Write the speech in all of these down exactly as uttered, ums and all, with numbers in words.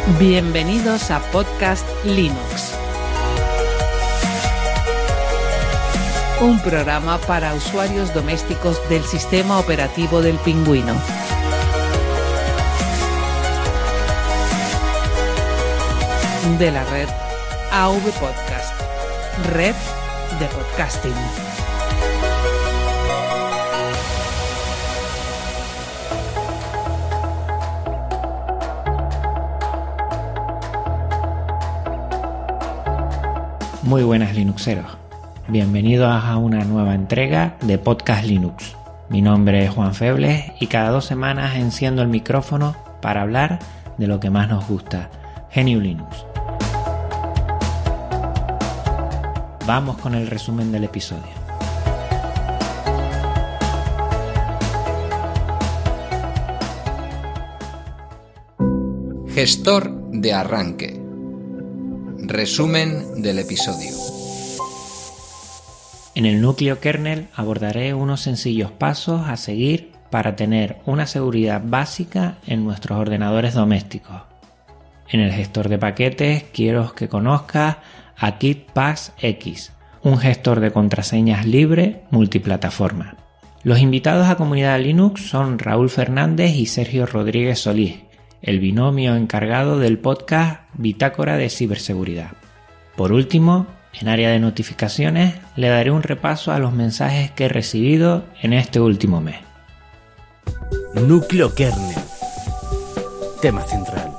Bienvenidos a Podcast Linux, un programa para usuarios domésticos del sistema operativo del Pingüino. De la red A V Podcast, red de podcasting. Muy buenas Linuxeros, bienvenidos a una nueva entrega de Podcast Linux. Mi nombre es Juan Febles y cada dos semanas enciendo el micrófono para hablar de lo que más nos gusta, G N U Linux. Vamos con el resumen del episodio. Gestor de arranque. Resumen del episodio. En el núcleo kernel abordaré unos sencillos pasos a seguir para tener una seguridad básica en nuestros ordenadores domésticos. En el gestor de paquetes quiero que conozcas a KeePassX, un gestor de contraseñas libre multiplataforma. Los invitados a Comunidad Linux son Raúl Fernández y Sergio Rodríguez Solís, el binomio encargado del podcast Bitácora de Ciberseguridad. Por último, en área de notificaciones, le daré un repaso a los mensajes que he recibido en este último mes. Núcleo kernel. Tema central.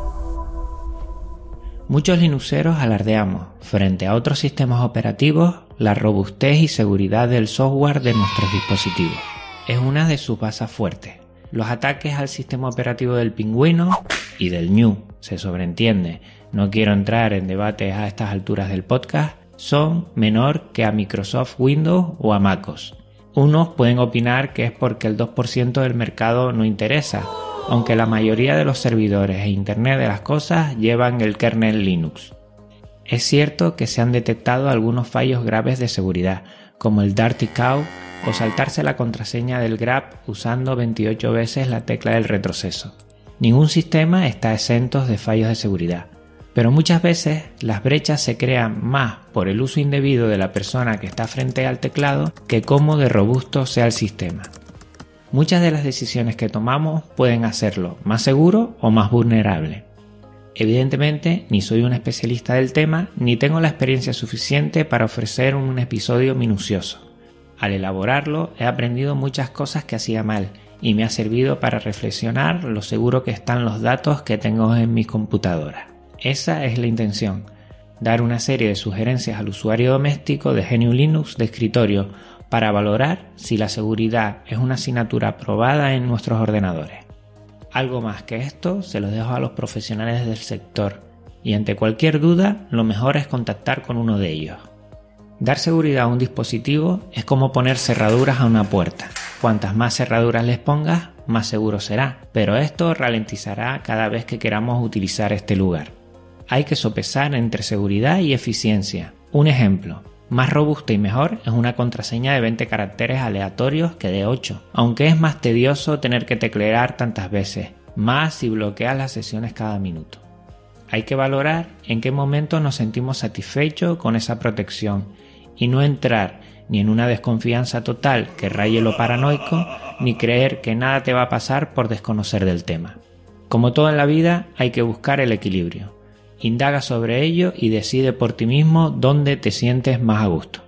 Muchos linuxeros alardeamos, frente a otros sistemas operativos, la robustez y seguridad del software de nuestros dispositivos. Es una de sus bases fuertes. Los ataques al sistema operativo del Pingüino y del G N U, se sobreentiende, no quiero entrar en debates a estas alturas del podcast, son menor que a Microsoft Windows o a MacOS. Unos pueden opinar que es porque el dos por ciento del mercado no interesa, aunque la mayoría de los servidores e Internet de las cosas llevan el kernel Linux. Es cierto que se han detectado algunos fallos graves de seguridad, como el Dirty Cow o saltarse la contraseña del grep usando veintiocho veces la tecla del retroceso. Ningún sistema está exento de fallos de seguridad, pero muchas veces las brechas se crean más por el uso indebido de la persona que está frente al teclado que cómo de robusto sea el sistema. Muchas de las decisiones que tomamos pueden hacerlo más seguro o más vulnerable. Evidentemente, ni soy un especialista del tema, ni tengo la experiencia suficiente para ofrecer un episodio minucioso. Al elaborarlo, he aprendido muchas cosas que hacía mal y me ha servido para reflexionar lo seguro que están los datos que tengo en mi computadora. Esa es la intención, dar una serie de sugerencias al usuario doméstico de G N U Linux de escritorio para valorar si la seguridad es una asignatura aprobada en nuestros ordenadores. Algo más que esto se lo dejo a los profesionales del sector y ante cualquier duda lo mejor es contactar con uno de ellos. Dar seguridad a un dispositivo es como poner cerraduras a una puerta. Cuantas más cerraduras les pongas, más seguro será, pero esto ralentizará cada vez que queramos utilizar este lugar. Hay que sopesar entre seguridad y eficiencia. Un ejemplo, más robusta y mejor es una contraseña de veinte caracteres aleatorios que de ocho, aunque es más tedioso tener que teclear tantas veces, más si bloqueas las sesiones cada minuto. Hay que valorar en qué momento nos sentimos satisfechos con esa protección y no entrar ni en una desconfianza total que raye lo paranoico, ni creer que nada te va a pasar por desconocer del tema. Como todo en la vida, hay que buscar el equilibrio. Indaga sobre ello y decide por ti mismo dónde te sientes más a gusto.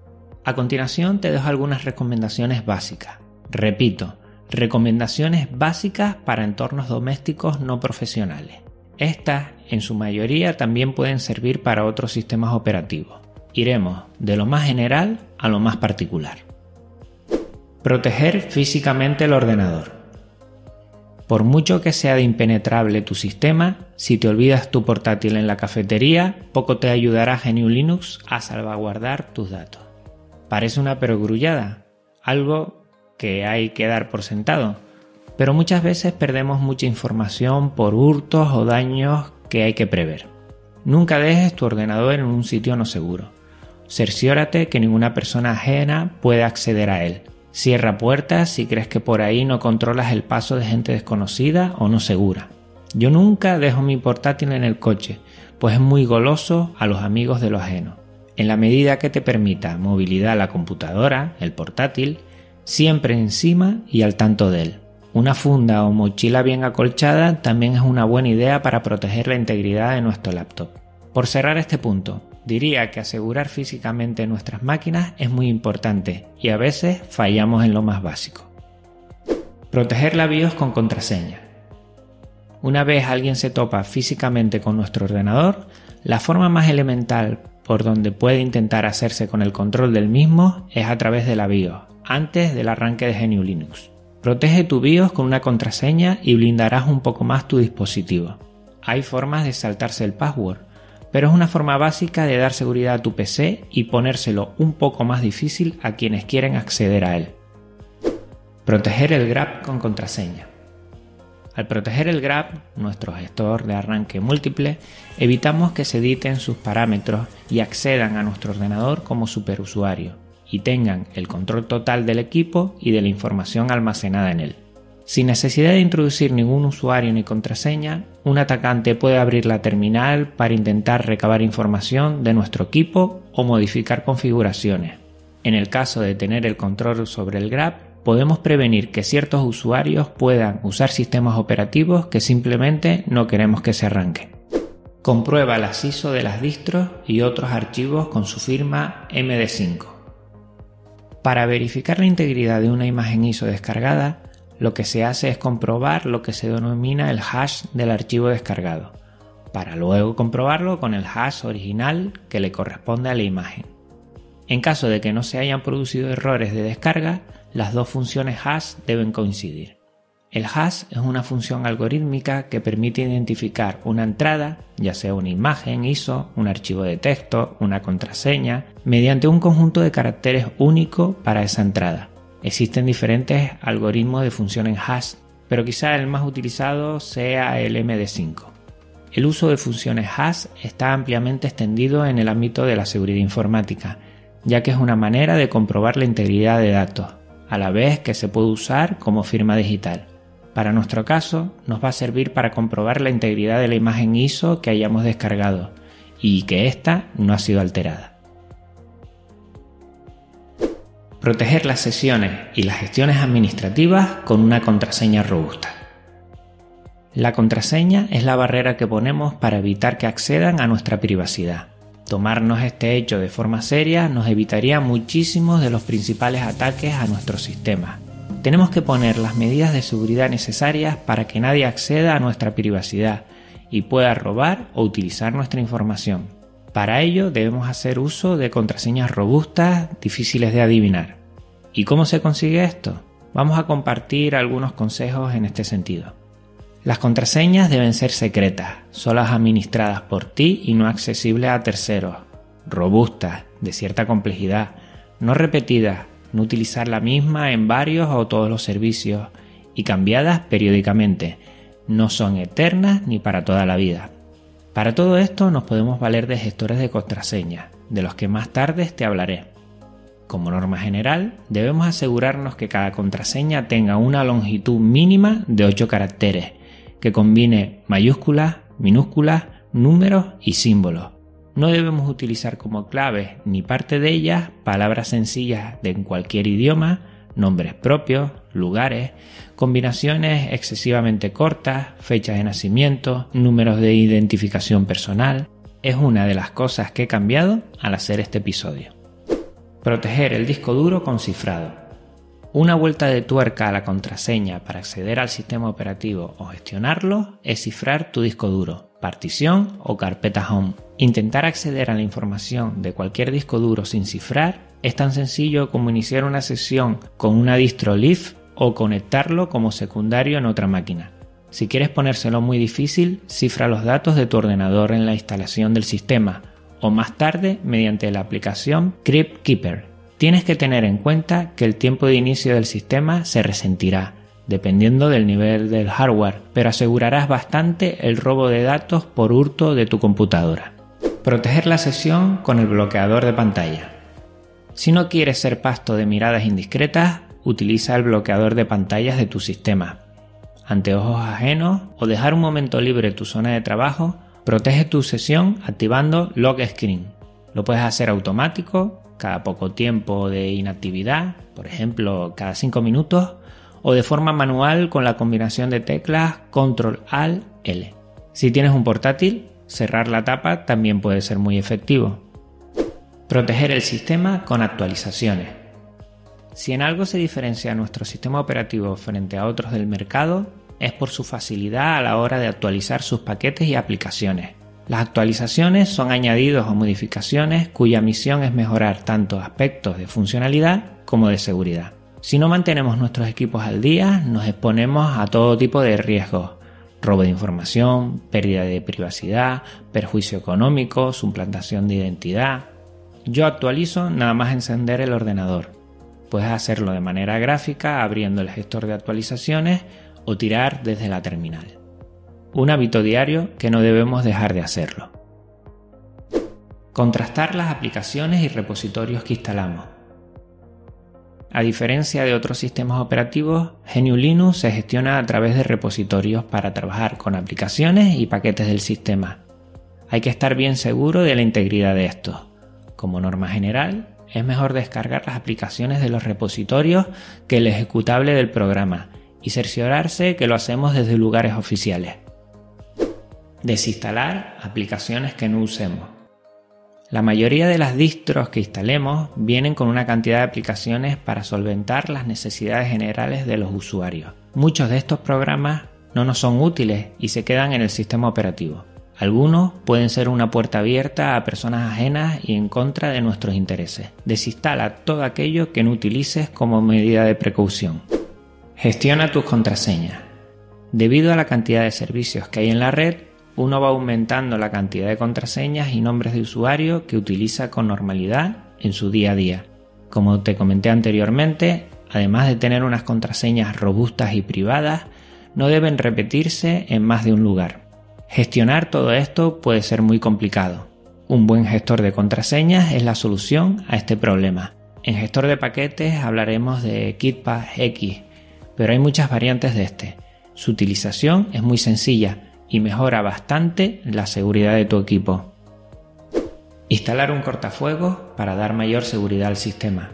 A continuación te dejo algunas recomendaciones básicas. Repito, recomendaciones básicas para entornos domésticos no profesionales. Estas, en su mayoría, también pueden servir para otros sistemas operativos. Iremos de lo más general a lo más particular. Proteger físicamente el ordenador. Por mucho que sea de impenetrable tu sistema, si te olvidas tu portátil en la cafetería, poco te ayudará G N U Linux a salvaguardar tus datos. Parece una perogrullada, algo que hay que dar por sentado, pero muchas veces perdemos mucha información por hurtos o daños que hay que prever. Nunca dejes tu ordenador en un sitio no seguro. Cerciórate que ninguna persona ajena pueda acceder a él. Cierra puertas si crees que por ahí no controlas el paso de gente desconocida o no segura. Yo nunca dejo mi portátil en el coche, pues es muy goloso a los amigos de lo ajeno. En la medida que te permita movilidad la computadora, el portátil, siempre encima y al tanto de él. Una funda o mochila bien acolchada también es una buena idea para proteger la integridad de nuestro laptop. Por cerrar este punto, diría que asegurar físicamente nuestras máquinas es muy importante y a veces fallamos en lo más básico. Proteger la BIOS con contraseña. Una vez alguien se topa físicamente con nuestro ordenador, la forma más elemental por donde puede intentar hacerse con el control del mismo es a través de la BIOS, antes del arranque de G N U Linux. Protege tu BIOS con una contraseña y blindarás un poco más tu dispositivo. Hay formas de saltarse el password, pero es una forma básica de dar seguridad a tu P C y ponérselo un poco más difícil a quienes quieren acceder a él. Proteger el grab con contraseña. Al proteger el grab, nuestro gestor de arranque múltiple, evitamos que se editen sus parámetros y accedan a nuestro ordenador como superusuario y tengan el control total del equipo y de la información almacenada en él. Sin necesidad de introducir ningún usuario ni contraseña, un atacante puede abrir la terminal para intentar recabar información de nuestro equipo o modificar configuraciones. En el caso de tener el control sobre el grab, podemos prevenir que ciertos usuarios puedan usar sistemas operativos que simplemente no queremos que se arranquen. Comprueba las I S O de las distros y otros archivos con su firma M D cinco. Para verificar la integridad de una imagen I S O descargada, lo que se hace es comprobar lo que se denomina el hash del archivo descargado, para luego comprobarlo con el hash original que le corresponde a la imagen. En caso de que no se hayan producido errores de descarga, las dos funciones hash deben coincidir. El hash es una función algorítmica que permite identificar una entrada, ya sea una imagen I S O, un archivo de texto, una contraseña, mediante un conjunto de caracteres único para esa entrada. Existen diferentes algoritmos de funciones hash, pero quizá el más utilizado sea el M D cinco. El uso de funciones hash está ampliamente extendido en el ámbito de la seguridad informática, ya que es una manera de comprobar la integridad de datos, a la vez que se puede usar como firma digital. Para nuestro caso, nos va a servir para comprobar la integridad de la imagen I S O que hayamos descargado y que ésta no ha sido alterada. Proteger las sesiones y las gestiones administrativas con una contraseña robusta. La contraseña es la barrera que ponemos para evitar que accedan a nuestra privacidad. Tomarnos este hecho de forma seria nos evitaría muchísimos de los principales ataques a nuestros sistemas. Tenemos que poner las medidas de seguridad necesarias para que nadie acceda a nuestra privacidad y pueda robar o utilizar nuestra información. Para ello debemos hacer uso de contraseñas robustas, difíciles de adivinar. ¿Y cómo se consigue esto? Vamos a compartir algunos consejos en este sentido. Las contraseñas deben ser secretas, solas administradas por ti y no accesibles a terceros, robustas, de cierta complejidad, no repetidas, no utilizar la misma en varios o todos los servicios y cambiadas periódicamente, no son eternas ni para toda la vida. Para todo esto nos podemos valer de gestores de contraseñas, de los que más tarde te hablaré. Como norma general, debemos asegurarnos que cada contraseña tenga una longitud mínima de ocho caracteres, que combine mayúsculas, minúsculas, números y símbolos. No debemos utilizar como claves ni parte de ellas palabras sencillas de en cualquier idioma, nombres propios, lugares, combinaciones excesivamente cortas, fechas de nacimiento, números de identificación personal. Es una de las cosas que he cambiado al hacer este episodio. Proteger el disco duro con cifrado. Una vuelta de tuerca a la contraseña para acceder al sistema operativo o gestionarlo es cifrar tu disco duro, partición o carpeta home. Intentar acceder a la información de cualquier disco duro sin cifrar es tan sencillo como iniciar una sesión con una distro Leaf o conectarlo como secundario en otra máquina. Si quieres ponérselo muy difícil, cifra los datos de tu ordenador en la instalación del sistema o más tarde mediante la aplicación CryptKeeper. Tienes que tener en cuenta que el tiempo de inicio del sistema se resentirá, dependiendo del nivel del hardware, pero asegurarás bastante el robo de datos por hurto de tu computadora. Proteger la sesión con el bloqueador de pantalla. Si no quieres ser pasto de miradas indiscretas, utiliza el bloqueador de pantallas de tu sistema. ante ojos ajenos o dejar un momento libre tu zona de trabajo, protege tu sesión activando Lock Screen. Lo puedes hacer automático, cada poco tiempo de inactividad, por ejemplo cada cinco minutos, o de forma manual con la combinación de teclas control alt ele. Si tienes un portátil, cerrar la tapa también puede ser muy efectivo. Proteger el sistema con actualizaciones. Si en algo se diferencia nuestro sistema operativo frente a otros del mercado, es por su facilidad a la hora de actualizar sus paquetes y aplicaciones. Las actualizaciones son añadidos o modificaciones cuya misión es mejorar tanto aspectos de funcionalidad como de seguridad. Si no mantenemos nuestros equipos al día, nos exponemos a todo tipo de riesgos: robo de información, pérdida de privacidad, perjuicio económico, suplantación de identidad. Yo actualizo nada más encender el ordenador. Puedes hacerlo de manera gráfica abriendo el gestor de actualizaciones o tirar desde la terminal. Un hábito diario que no debemos dejar de hacerlo. Contrastar las aplicaciones y repositorios que instalamos. A diferencia de otros sistemas operativos, G N U Linux se gestiona a través de repositorios para trabajar con aplicaciones y paquetes del sistema. Hay que estar bien seguro de la integridad de estos. Como norma general, es mejor descargar las aplicaciones de los repositorios que el ejecutable del programa y cerciorarse que lo hacemos desde lugares oficiales. Desinstalar aplicaciones que no usemos. La mayoría de las distros que instalemos vienen con una cantidad de aplicaciones para solventar las necesidades generales de los usuarios. Muchos de estos programas no nos son útiles y se quedan en el sistema operativo. Algunos pueden ser una puerta abierta a personas ajenas y en contra de nuestros intereses. Desinstala todo aquello que no utilices como medida de precaución. Gestiona tus contraseñas. Debido a la cantidad de servicios que hay en la red, uno va aumentando la cantidad de contraseñas y nombres de usuario que utiliza con normalidad en su día a día. Como te comenté anteriormente, además de tener unas contraseñas robustas y privadas, no deben repetirse en más de un lugar. Gestionar todo esto puede ser muy complicado. Un buen gestor de contraseñas es la solución a este problema. En gestor de paquetes hablaremos de KeePassX, pero hay muchas variantes de este. Su utilización es muy sencilla y mejora bastante la seguridad de tu equipo. Instalar un cortafuegos para dar mayor seguridad al sistema.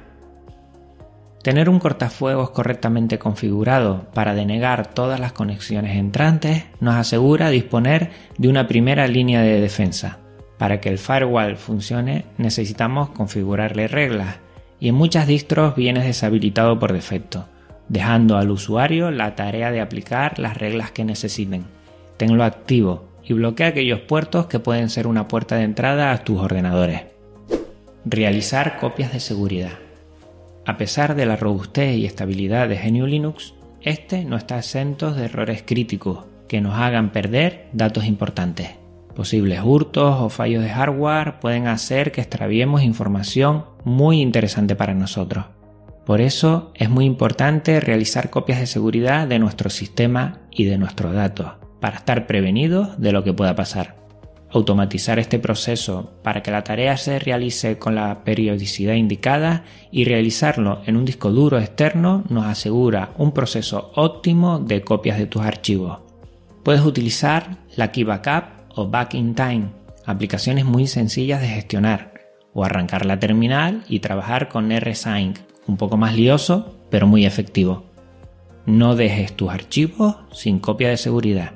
Tener un cortafuegos correctamente configurado para denegar todas las conexiones entrantes nos asegura disponer de una primera línea de defensa. Para que el firewall funcione necesitamos configurarle reglas y en muchas distros viene deshabilitado por defecto, dejando al usuario la tarea de aplicar las reglas que necesiten. Tenlo activo y bloquea aquellos puertos que pueden ser una puerta de entrada a tus ordenadores. Realizar copias de seguridad. A pesar de la robustez y estabilidad de G N U Linux, este no está exento de errores críticos que nos hagan perder datos importantes. Posibles hurtos o fallos de hardware pueden hacer que extraviemos información muy interesante para nosotros. Por eso es muy importante realizar copias de seguridad de nuestro sistema y de nuestros datos, para estar prevenidos de lo que pueda pasar. Automatizar este proceso para que la tarea se realice con la periodicidad indicada y realizarlo en un disco duro externo nos asegura un proceso óptimo de copias de tus archivos. Puedes utilizar la KeyBackup o Back in Time, aplicaciones muy sencillas de gestionar, o arrancar la terminal y trabajar con rsync, un poco más lioso pero muy efectivo. No dejes tus archivos sin copia de seguridad.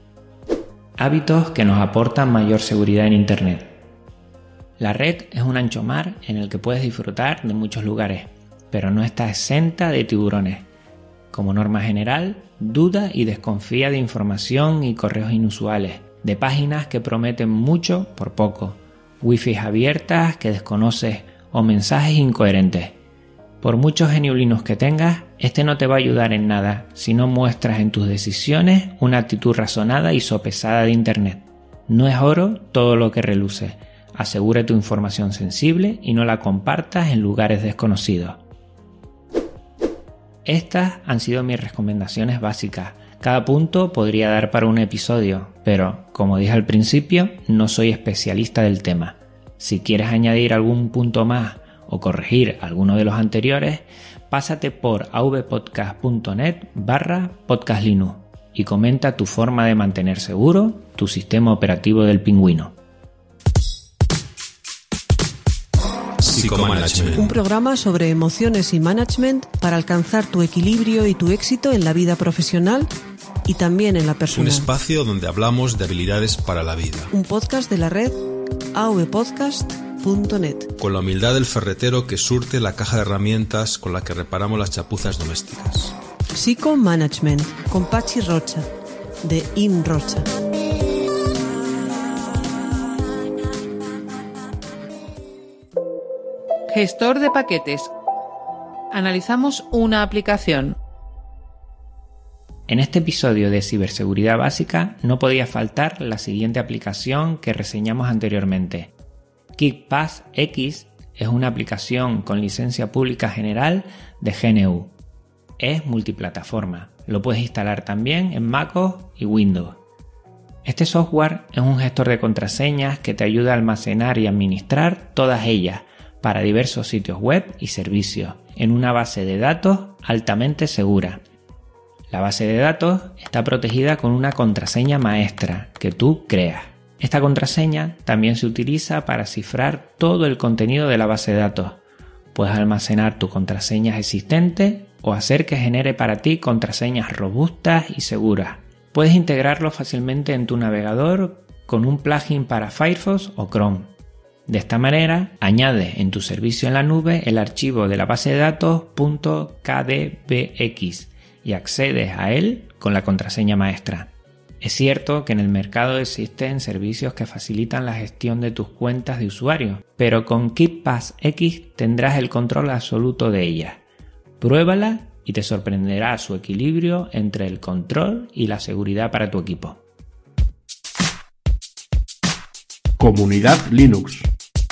Hábitos que nos aportan mayor seguridad en Internet. La red es un ancho mar en el que puedes disfrutar de muchos lugares, pero no está exenta de tiburones. Como norma general, duda y desconfía de información y correos inusuales, de páginas que prometen mucho por poco, wifi abiertas que desconoces o mensajes incoherentes. Por muchos G N U Linux que tengas, este no te va a ayudar en nada si no muestras en tus decisiones una actitud razonada y sopesada de Internet. No es oro todo lo que reluce. Asegura tu información sensible y no la compartas en lugares desconocidos. Estas han sido mis recomendaciones básicas. Cada punto podría dar para un episodio, pero, como dije al principio, no soy especialista del tema. Si quieres añadir algún punto más o corregir alguno de los anteriores, pásate por avpodcast punto net barra podcastlinux. y comenta tu forma de mantener seguro tu sistema operativo del pingüino. Psicomanagement. Un programa sobre emociones y management para alcanzar tu equilibrio y tu éxito en la vida profesional y también en la personal. Un espacio donde hablamos de habilidades para la vida. Un podcast de la red a v podcast punto net. Con la humildad del ferretero que surte la caja de herramientas con la que reparamos las chapuzas domésticas. Psicomanagement con Pachi Rocha, de In Rocha. Gestor de paquetes. Analizamos una aplicación. En este episodio de Ciberseguridad Básica no podía faltar la siguiente aplicación que reseñamos anteriormente. KeePass X es una aplicación con licencia pública general de G N U. Es multiplataforma, lo puedes instalar también en MacOS y Windows. Este software es un gestor de contraseñas que te ayuda a almacenar y administrar todas ellas para diversos sitios web y servicios en una base de datos altamente segura. La base de datos está protegida con una contraseña maestra que tú creas. Esta contraseña también se utiliza para cifrar todo el contenido de la base de datos. Puedes almacenar tus contraseñas existentes o hacer que genere para ti contraseñas robustas y seguras. Puedes integrarlo fácilmente en tu navegador con un plugin para Firefox o Chrome. De esta manera, añades en tu servicio en la nube el archivo de la base de datos .kdbx y accedes a él con la contraseña maestra. Es cierto que en el mercado existen servicios que facilitan la gestión de tus cuentas de usuario, pero con KeePass X tendrás el control absoluto de ellas. Pruébala y te sorprenderá su equilibrio entre el control y la seguridad para tu equipo. Comunidad Linux.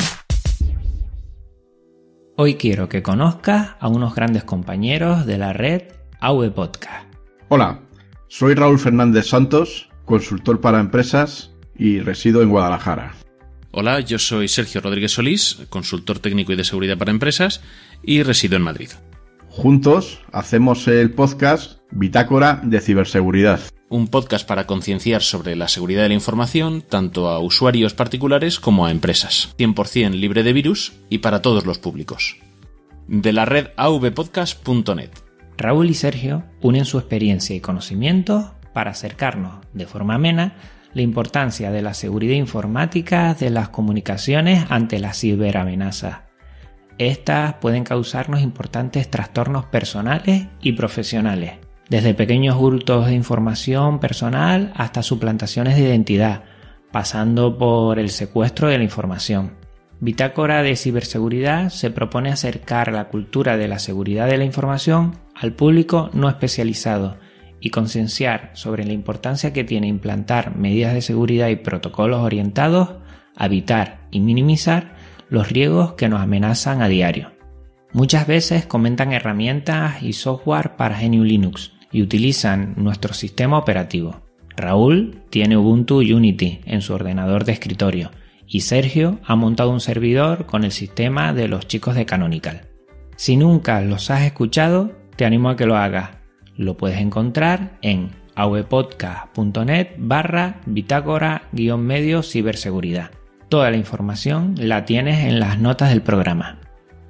Hoy quiero que conozcas a unos grandes compañeros de la red A V Podcast. Hola, soy Raúl Fernández Santos, consultor para empresas y resido en Guadalajara. Hola, yo soy Sergio Rodríguez Solís, consultor técnico y de seguridad para empresas y resido en Madrid. Juntos hacemos el podcast Bitácora de Ciberseguridad. Un podcast para concienciar sobre la seguridad de la información tanto a usuarios particulares como a empresas. cien por ciento libre de virus y para todos los públicos. De la red a v podcast punto net. Raúl y Sergio unen su experiencia y conocimientos para acercarnos de forma amena la importancia de la seguridad informática de las comunicaciones ante las ciberamenazas. Estas pueden causarnos importantes trastornos personales y profesionales, desde pequeños hurtos de información personal hasta suplantaciones de identidad, pasando por el secuestro de la información. Bitácora de Ciberseguridad se propone acercar la cultura de la seguridad de la información al público no especializado y concienciar sobre la importancia que tiene implantar medidas de seguridad y protocolos orientados a evitar y minimizar los riesgos que nos amenazan a diario. Muchas veces comentan herramientas y software para G N U Linux y utilizan nuestro sistema operativo. Raúl tiene Ubuntu Unity en su ordenador de escritorio y Sergio ha montado un servidor con el sistema de los chicos de Canonical. Si nunca los has escuchado, te animo a que lo hagas. Lo puedes encontrar en avpodcast punto net barra bitácora guión medio ciberseguridad. Toda la información la tienes en las notas del programa.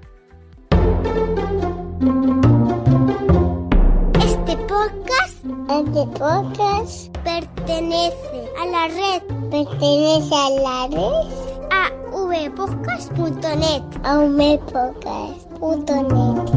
Este podcast, este podcast pertenece a la red, pertenece a la red a v podcast punto net, a v podcast punto net.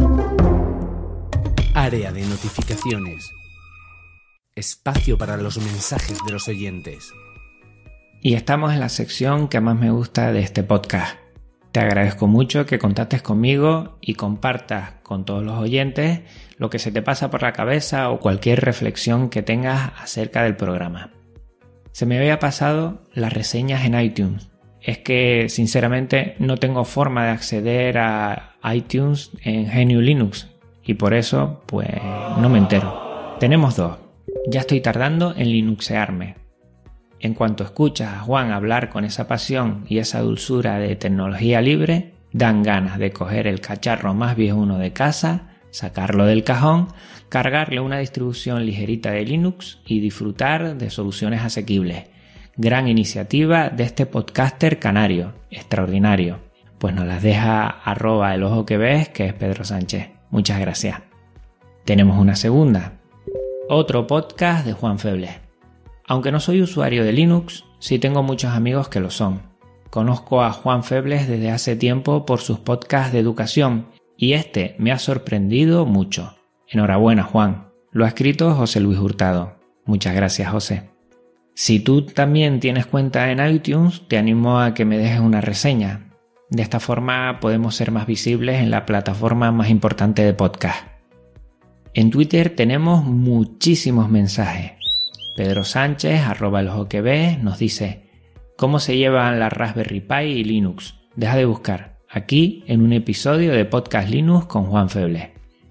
Área de notificaciones. Espacio para los mensajes de los oyentes. Y estamos en la sección que más me gusta de este podcast. Te agradezco mucho que contactes conmigo y compartas con todos los oyentes lo que se te pasa por la cabeza o cualquier reflexión que tengas acerca del programa. Se me había pasado las reseñas en iTunes. Es que sinceramente no tengo forma de acceder a iTunes en G N U Linux y por eso pues no me entero. Tenemos dos. Ya estoy tardando en linuxearme. En cuanto escuchas a Juan hablar con esa pasión y esa dulzura de tecnología libre, dan ganas de coger el cacharro más viejuno de casa, sacarlo del cajón, cargarle una distribución ligerita de Linux y disfrutar de soluciones asequibles. Gran iniciativa de este podcaster canario, extraordinario. Pues nos las deja arroba el ojo que ves, que es Pedro Sánchez. Muchas gracias. Tenemos una segunda. Otro podcast de Juan Febles. Aunque no soy usuario de Linux, sí tengo muchos amigos que lo son. Conozco a Juan Febles desde hace tiempo por sus podcasts de educación y este me ha sorprendido mucho. Enhorabuena, Juan. Lo ha escrito José Luis Hurtado. Muchas gracias, José. Si tú también tienes cuenta en iTunes, te animo a que me dejes una reseña. De esta forma podemos ser más visibles en la plataforma más importante de podcast. En Twitter tenemos muchísimos mensajes. Pedro Sánchez, arroba el ojo que ves, nos dice: ¿cómo se llevan la Raspberry Pi y Linux? Deja de buscar, aquí en un episodio de Podcast Linux con Juan Febles.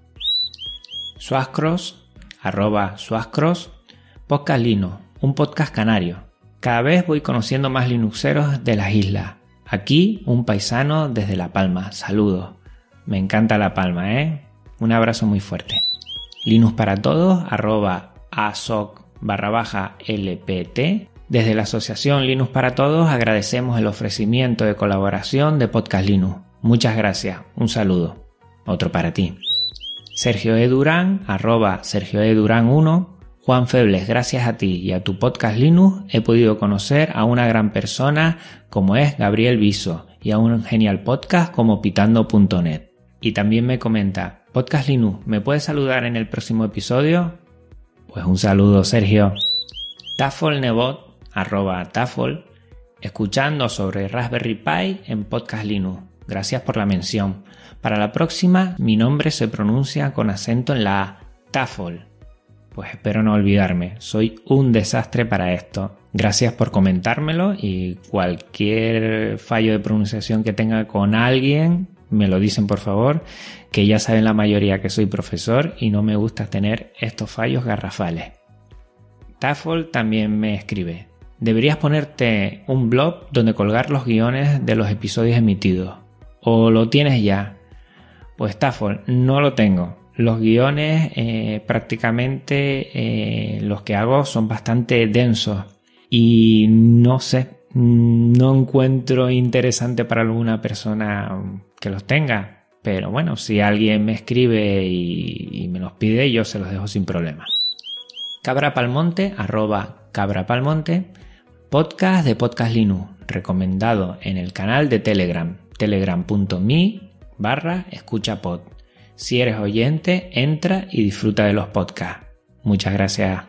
Swascross, arroba Swascross, Podcast Linux, un podcast canario. Cada vez voy conociendo más linuxeros de las islas. Aquí un paisano desde La Palma. Saludos. Me encanta La Palma, ¿eh? Un abrazo muy fuerte. Linux para todos, arroba asoc barra baja lpt. Desde la asociación Linux para Todos agradecemos el ofrecimiento de colaboración de Podcast Linux. Muchas gracias. Un saludo. Otro para ti. Sergio E. Durán, arroba Sergio E. Durán uno. Juan Febles, gracias a ti y a tu Podcast Linux he podido conocer a una gran persona como es Gabriel Viso y a un genial podcast como pitando punto net. Y también me comenta: Podcast Linux, ¿me puedes saludar en el próximo episodio? Pues un saludo, Sergio. Tafol Nebot, arroba Tafol, escuchando sobre Raspberry Pi en Podcast Linux. Gracias por la mención. Para la próxima, mi nombre se pronuncia con acento en la A, Tafol. Pues espero no olvidarme, soy un desastre para esto. Gracias por comentármelo y cualquier fallo de pronunciación que tenga con alguien, me lo dicen por favor, que ya saben la mayoría que soy profesor y no me gusta tener estos fallos garrafales. Tafol también me escribe: deberías ponerte un blog donde colgar los guiones de los episodios emitidos. ¿O lo tienes ya? Pues Tafol, no lo tengo. Los guiones eh, prácticamente eh, los que hago son bastante densos y no sé, no encuentro interesante para alguna persona que los tenga, pero bueno, si alguien me escribe y, y me los pide, yo se los dejo sin problema. Cabra Palmonte, arroba Cabra Palmonte, podcast de Podcast Linux, recomendado en el canal de Telegram, telegram.me barra escuchapod. Si eres oyente, entra y disfruta de los podcasts. Muchas gracias.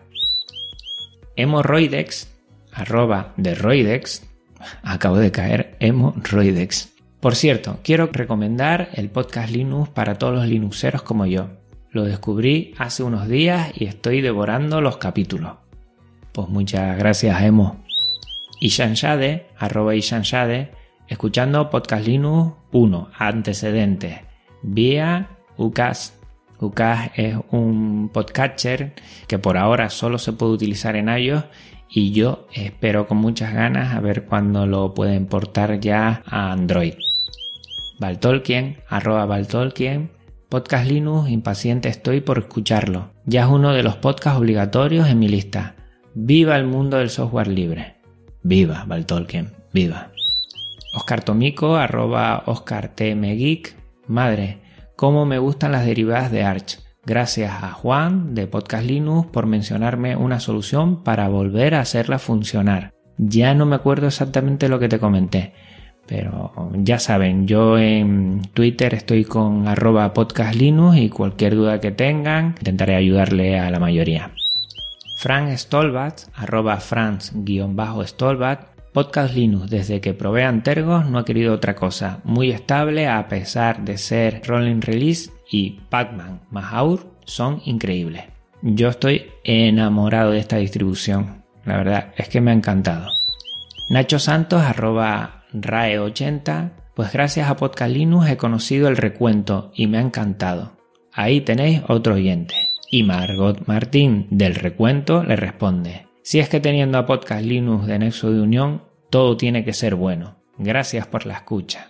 Hemorroidex, arroba de Roidex, acabo de caer, Hemorroidex. Por cierto, quiero recomendar el Podcast Linux para todos los linuxeros como yo. Lo descubrí hace unos días y estoy devorando los capítulos. Pues muchas gracias, Emo. Ishanshade, arroba Ishanshade, escuchando Podcast Linux uno, antecedentes, vía Ucast. Ucast es un podcatcher que por ahora solo se puede utilizar en iOS y yo espero con muchas ganas a ver cuándo lo pueden portar ya a Android. Valtolkien, arroba Valtolkien, Podcast Linux, impaciente estoy por escucharlo. Ya es uno de los podcasts obligatorios en mi lista. ¡Viva el mundo del software libre! ¡Viva, Valtolkien! ¡Viva! Oscar Tomico, arroba Oscar T M Geek. Madre, cómo me gustan las derivadas de Arch. Gracias a Juan de Podcast Linux por mencionarme una solución para volver a hacerla funcionar. Ya no me acuerdo exactamente lo que te comenté, pero ya saben, yo en Twitter estoy con arroba Podcast Linux y cualquier duda que tengan intentaré ayudarle a la mayoría. Frank Stolbat, arroba Franz-Stolbat, Podcast Linux, desde que probé Antergos no ha querido otra cosa. Muy estable a pesar de ser Rolling Release y Pacman Mahour son increíbles. Yo estoy enamorado de esta distribución. La verdad es que me ha encantado. Nacho Santos, arroba Rae ochenta, pues gracias a Podcast Linux he conocido el recuento y me ha encantado. Ahí tenéis otro oyente. Y Margot Martín del recuento le responde: si es que teniendo a Podcast Linux de nexo de unión, todo tiene que ser bueno. Gracias por la escucha.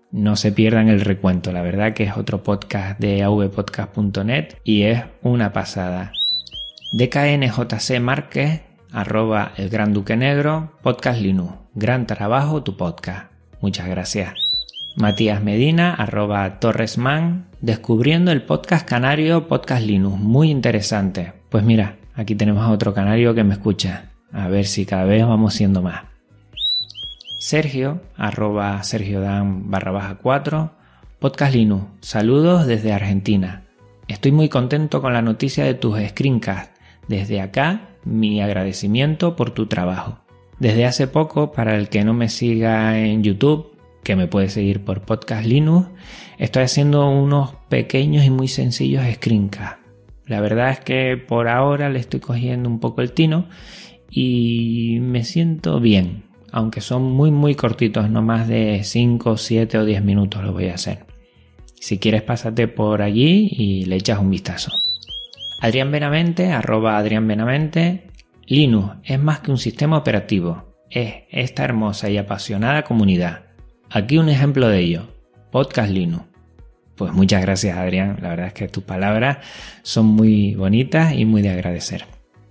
No se pierdan el recuento, la verdad que es otro podcast de a v podcast punto net y es una pasada. D K N J C Márquez, arroba el Gran Duque Negro, Podcast Linux. Gran trabajo tu podcast. Muchas gracias. Matías Medina, arroba Torresman, descubriendo el podcast canario Podcast Linux. Muy interesante. Pues mira, aquí tenemos a otro canario que me escucha. A ver si cada vez vamos siendo más. Sergio, arroba Sergio Dan barra baja cuatro, Podcast Linux. Saludos desde Argentina. Estoy muy contento con la noticia de tus screencasts. Desde acá, mi agradecimiento por tu trabajo. Desde hace poco, para el que no me siga en YouTube, que me puede seguir por Podcast Linux, estoy haciendo unos pequeños y muy sencillos screencasts. La verdad es que por ahora le estoy cogiendo un poco el tino y me siento bien, aunque son muy muy cortitos, no más de cinco, siete o diez minutos los voy a hacer. Si quieres, pásate por allí y le echas un vistazo. Adrián Benavente, arroba Adrián Benavente, Linux es más que un sistema operativo, es esta hermosa y apasionada comunidad. Aquí un ejemplo de ello, Podcast Linux. Pues muchas gracias, Adrián, la verdad es que tus palabras son muy bonitas y muy de agradecer.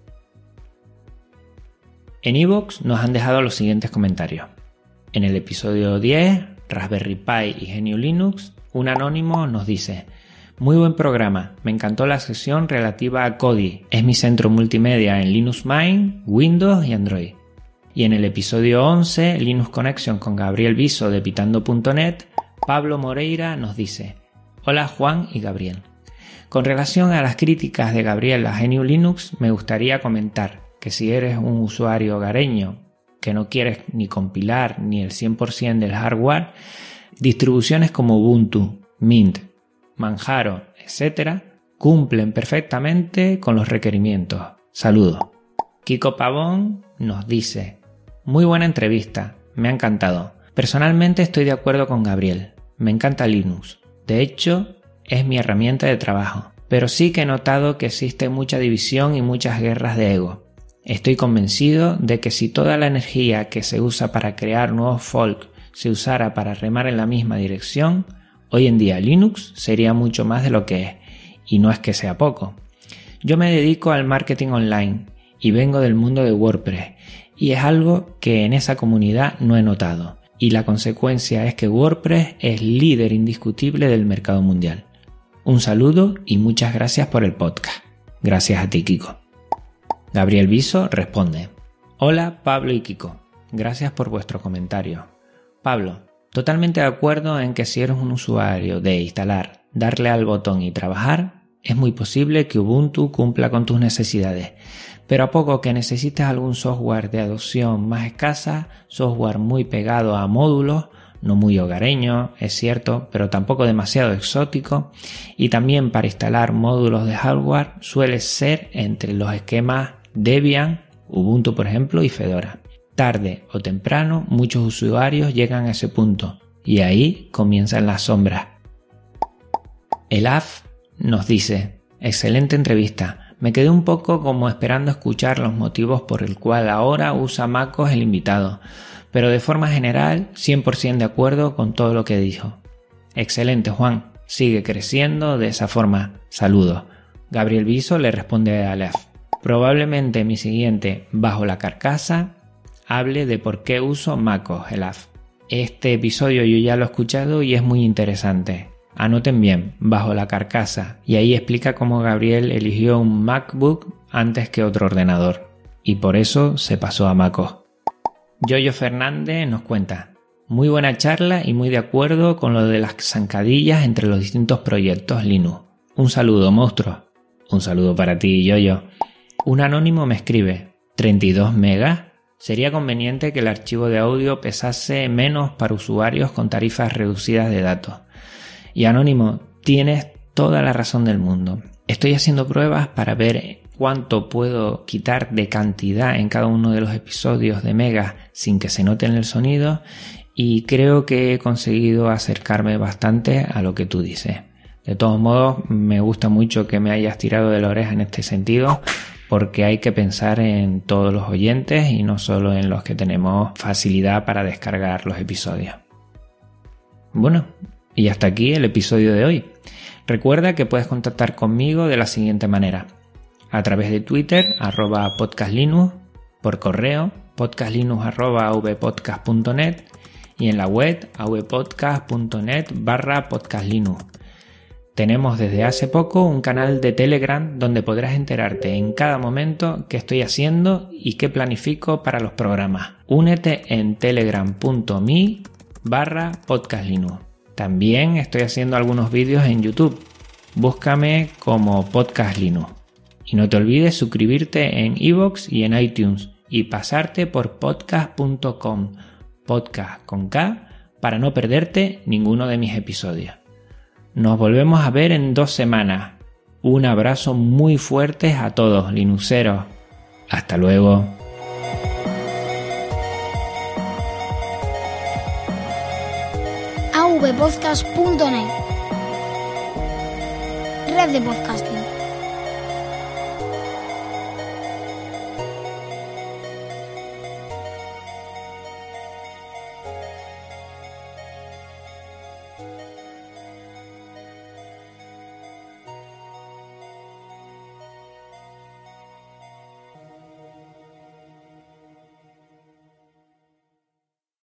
En iVoox nos han dejado los siguientes comentarios. En el episodio diez, Raspberry Pi y G N U Linux, un anónimo nos dice: muy buen programa, me encantó la sección relativa a Kodi, es mi centro multimedia en Linux Mint, Windows y Android. Y en el episodio once, Linux Connection con Gabriel Viso de pitando punto net, Pablo Moreira nos dice: hola Juan y Gabriel. Con relación a las críticas de Gabriel a G N U Linux, me gustaría comentar que si eres un usuario hogareño que no quieres ni compilar ni el cien por ciento del hardware, distribuciones como Ubuntu, Mint, Manjaro, etcétera, cumplen perfectamente con los requerimientos. Saludos. Kiko Pavón nos dice: muy buena entrevista, me ha encantado. Personalmente estoy de acuerdo con Gabriel, me encanta Linux. De hecho, es mi herramienta de trabajo, pero sí que he notado que existe mucha división y muchas guerras de ego. Estoy convencido de que si toda la energía que se usa para crear nuevos folk se usara para remar en la misma dirección, hoy en día Linux sería mucho más de lo que es, y no es que sea poco. Yo me dedico al marketing online y vengo del mundo de WordPress, y es algo que en esa comunidad no he notado, y la consecuencia es que WordPress es líder indiscutible del mercado mundial. Un saludo y muchas gracias por el podcast. Gracias a ti, Kiko. Gabriel Viso responde: hola Pablo y Kiko, gracias por vuestro comentario. Pablo, totalmente de acuerdo en que si eres un usuario de instalar, darle al botón y trabajar, es muy posible que Ubuntu cumpla con tus necesidades, pero a poco que necesites algún software de adopción más escasa, software muy pegado a módulos, no muy hogareño, es cierto, pero tampoco demasiado exótico, y también para instalar módulos de hardware suele ser entre los esquemas Debian, Ubuntu por ejemplo y Fedora. Tarde o temprano muchos usuarios llegan a ese punto y ahí comienzan las sombras. El A F nos dice: excelente entrevista, me quedé un poco como esperando escuchar los motivos por el cual ahora usa MacOS el invitado, pero de forma general cien por ciento de acuerdo con todo lo que dijo. Excelente Juan, sigue creciendo de esa forma, saludos. Gabriel Viso le responde a Aleph: probablemente mi siguiente Bajo la Carcasa hable de por qué uso MacOS el A F. Este episodio yo ya lo he escuchado y es muy interesante. Anoten bien, Bajo la Carcasa, y ahí explica cómo Gabriel eligió un MacBook antes que otro ordenador, y por eso se pasó a MacOS. Yoyo Fernández nos cuenta: muy buena charla y muy de acuerdo con lo de las zancadillas entre los distintos proyectos Linux. Un saludo, monstruo. Un saludo para ti, Yoyo. Un anónimo me escribe: ¿treinta y dos megas? Sería conveniente que el archivo de audio pesase menos para usuarios con tarifas reducidas de datos. Y anónimo, tienes toda la razón del mundo. Estoy haciendo pruebas para ver cuánto puedo quitar de cantidad en cada uno de los episodios de megas sin que se note en el sonido, y creo que he conseguido acercarme bastante a lo que tú dices. De todos modos, me gusta mucho que me hayas tirado de la oreja en este sentido, porque hay que pensar en todos los oyentes y no solo en los que tenemos facilidad para descargar los episodios. Bueno, y hasta aquí el episodio de hoy. Recuerda que puedes contactar conmigo de la siguiente manera: a través de Twitter, arroba podcastlinux, por correo, podcastlinux arroba avpodcast punto net y en la web avpodcast punto net barra podcastlinux. Tenemos desde hace poco un canal de Telegram donde podrás enterarte en cada momento qué estoy haciendo y qué planifico para los programas. Únete en telegram punto me barra podcastlinux. También estoy haciendo algunos vídeos en YouTube. Búscame como Podcast Linux. Y no te olvides suscribirte en iVoox y en iTunes y pasarte por podcast punto com, podcast con K, para no perderte ninguno de mis episodios. Nos volvemos a ver en dos semanas. Un abrazo muy fuerte a todos, linuxeros. Hasta luego. avpodcast punto net, red de podcasting.